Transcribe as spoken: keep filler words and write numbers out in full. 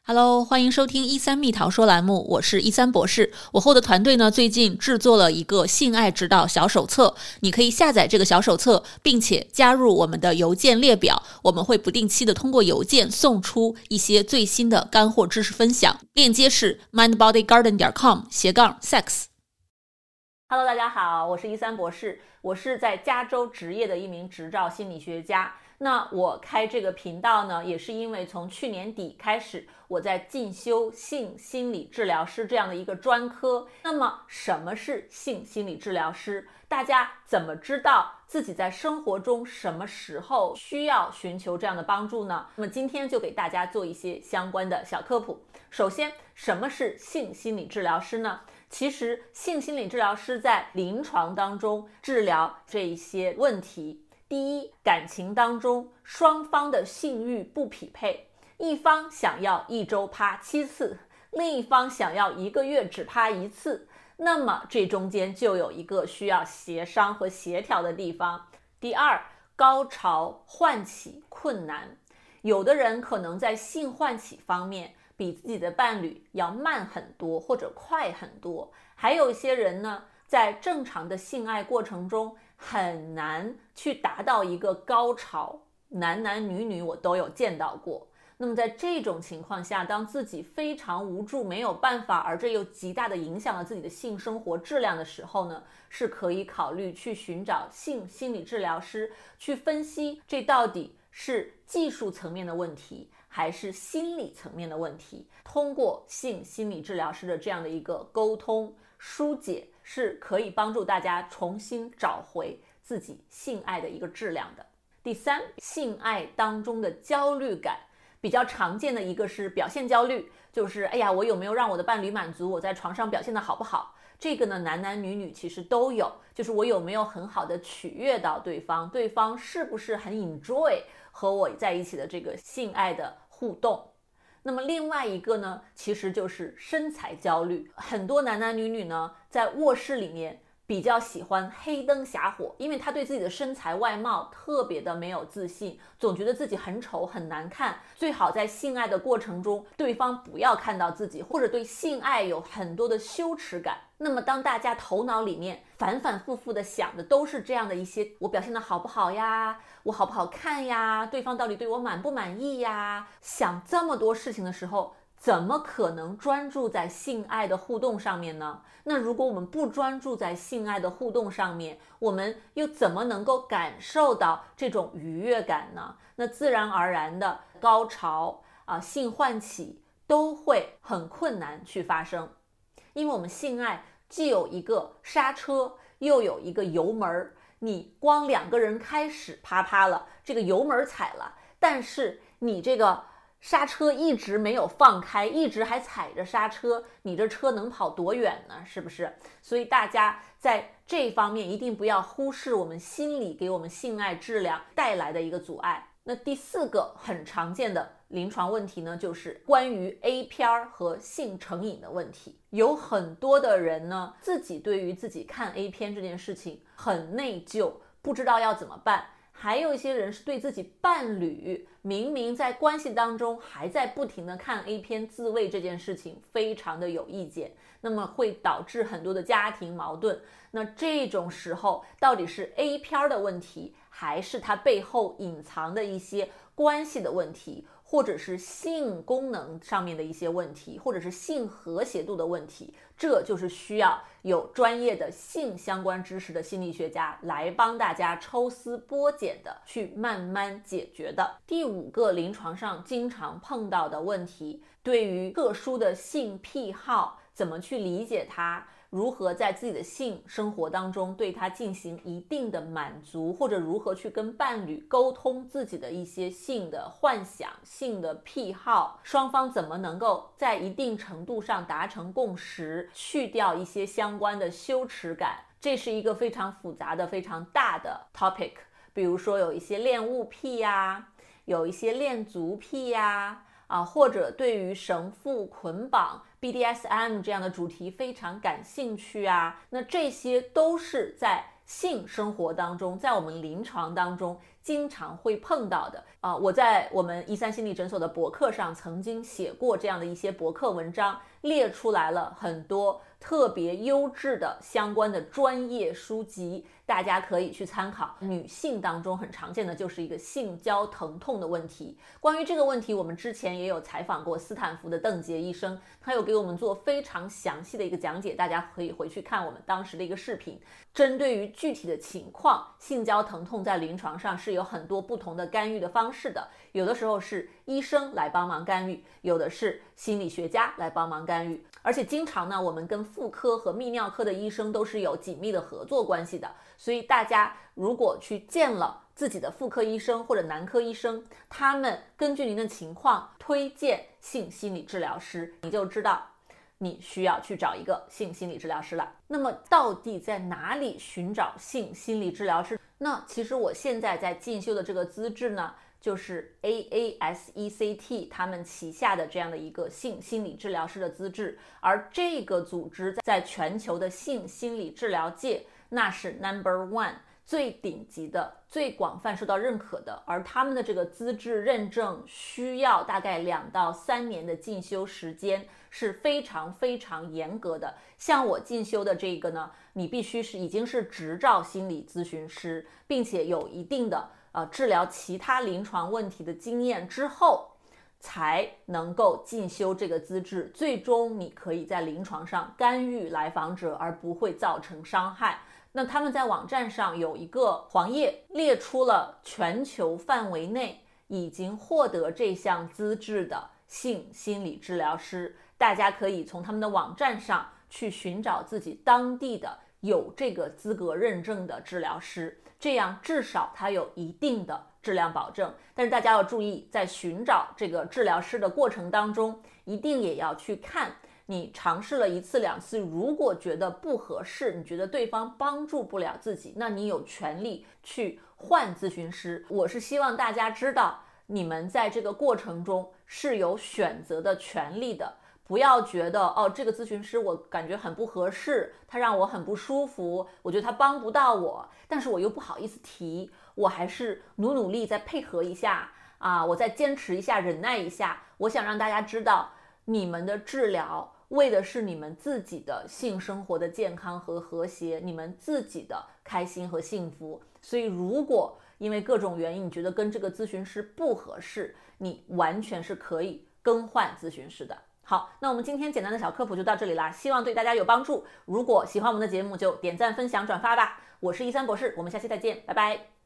Hello， 欢迎收听一三蜜桃说栏目，我是一三博士。我后的团队呢，最近制作了一个性爱指导小手册，你可以下载这个小手册，并且加入我们的邮件列表，我们会不定期的通过邮件送出一些最新的干货知识分享。链接是 mindbodygarden 点 com 斜杠 sex。Hello， 大家好，我是一三博士，我是在加州执业的一名执照心理学家。那我开这个频道呢，也是因为从去年底开始，我在进修性心理治疗师这样的一个专科。那么什么是性心理治疗师？大家怎么知道自己在生活中什么时候需要寻求这样的帮助呢？那么今天就给大家做一些相关的小科普。首先，什么是性心理治疗师呢？其实性心理治疗师在临床当中治疗这一些问题。第一，感情当中双方的性欲不匹配，一方想要一周啪七次，另一方想要一个月只啪一次，那么这中间就有一个需要协商和协调的地方。第二，高潮唤起困难，有的人可能在性唤起方面比自己的伴侣要慢很多或者快很多，还有一些人呢，在正常的性爱过程中很难去达到一个高潮，男男女女我都有见到过。那么在这种情况下，当自己非常无助没有办法，而这又极大的影响了自己的性生活质量的时候呢，是可以考虑去寻找性心理治疗师，去分析这到底是技术层面的问题还是心理层面的问题。通过性心理治疗师的这样的一个沟通疏解，是可以帮助大家重新找回自己性爱的一个质量的。第三，性爱当中的焦虑感，比较常见的一个是表现焦虑，就是哎呀，我有没有让我的伴侣满足，我在床上表现的好不好？这个呢，男男女女其实都有，就是我有没有很好的取悦到对方，对方是不是很 enjoy 和我在一起的这个性爱的互动。那么另外一个呢，其实就是身材焦虑。很多男男女女呢，在卧室里面比较喜欢黑灯瞎火，因为他对自己的身材外貌特别的没有自信，总觉得自己很丑很难看，最好在性爱的过程中对方不要看到自己，或者对性爱有很多的羞耻感。那么当大家头脑里面反反复复的想的都是这样的一些，我表现的好不好呀，我好不好看呀，对方到底对我满不满意呀，想这么多事情的时候，怎么可能专注在性爱的互动上面呢？那如果我们不专注在性爱的互动上面，我们又怎么能够感受到这种愉悦感呢？那自然而然的高潮啊、性唤起都会很困难去发生，因为我们性爱既有一个刹车，又有一个油门，你光两个人开始啪啪了，这个油门踩了，但是你这个刹车一直没有放开，一直还踩着刹车，你这车能跑多远呢？是不是？所以大家在这方面一定不要忽视我们心理给我们性爱质量带来的一个阻碍。那第四个很常见的临床问题呢，就是关于 A 片和性成瘾的问题。有很多的人呢，自己对于自己看 A 片这件事情很内疚，不知道要怎么办。还有一些人是对自己伴侣明明在关系当中还在不停的看 A 片自慰这件事情非常的有意见，那么会导致很多的家庭矛盾。那这种时候到底是 A 片的问题，还是它背后隐藏的一些关系的问题，或者是性功能上面的一些问题，或者是性和谐度的问题，这就是需要有专业的性相关知识的心理学家来帮大家抽丝剥茧的去慢慢解决的。第五个临床上经常碰到的问题，对于特殊的性癖好，怎么去理解它，如何在自己的性生活当中对它进行一定的满足，或者如何去跟伴侣沟通自己的一些性的幻想、性的癖好，双方怎么能够在一定程度上达成共识，去掉一些相关的羞耻感，这是一个非常复杂的非常大的 topic。 比如说有一些恋物癖呀，有一些恋足癖呀，啊，或者对于绳缚捆绑 B D S M 这样的主题非常感兴趣啊，那这些都是在性生活当中，在我们临床当中经常会碰到的啊、呃。我在我们一三心理诊所的博客上曾经写过这样的一些博客文章，列出来了很多特别优质的相关的专业书籍，大家可以去参考。女性当中很常见的就是一个性交疼痛的问题，关于这个问题我们之前也有采访过斯坦福的邓杰医生，他有给我们做非常详细的一个讲解，大家可以回去看我们当时的一个视频。针对于具体的情况，性交疼痛在临床上是有很多不同的干预的方式的，有的时候是医生来帮忙干预，有的是心理学家来帮忙干预，而且经常呢我们跟妇科和泌尿科的医生都是有紧密的合作关系的，所以大家如果去见了自己的妇科医生或者男科医生，他们根据您的情况推荐性心理治疗师，你就知道你需要去找一个性心理治疗师了。那么到底在哪里寻找性心理治疗师？那其实我现在在进修的这个资质呢，就是 A A S E C T 他们旗下的这样的一个性心理治疗师的资质，而这个组织在全球的性心理治疗界那是 number one， 最顶级的，最广泛受到认可的，而他们的这个资质认证需要大概两到三年的进修时间，是非常非常严格的。像我进修的这个呢，你必须是已经是执照心理咨询师，并且有一定的呃治疗其他临床问题的经验之后，才能够进修这个资质，最终你可以在临床上干预来访者，而不会造成伤害。那他们在网站上有一个黄页，列出了全球范围内已经获得这项资质的性心理治疗师，大家可以从他们的网站上去寻找自己当地的有这个资格认证的治疗师，这样至少它有一定的质量保证。但是大家要注意，在寻找这个治疗师的过程当中，一定也要去看你尝试了一次两次，如果觉得不合适，你觉得对方帮助不了自己，那你有权利去换咨询师。我是希望大家知道，你们在这个过程中是有选择的权利的，不要觉得哦，这个咨询师我感觉很不合适，他让我很不舒服，我觉得他帮不到我，但是我又不好意思提，我还是努努力再配合一下啊，我再坚持一下，忍耐一下。我想让大家知道，你们的治疗为的是你们自己的性生活的健康和和谐，你们自己的开心和幸福。所以如果因为各种原因你觉得跟这个咨询师不合适，你完全是可以更换咨询师的。好，那我们今天简单的小科普就到这里啦，希望对大家有帮助。如果喜欢我们的节目，就点赞、分享、转发吧。我是一三博士，我们下期再见，拜拜。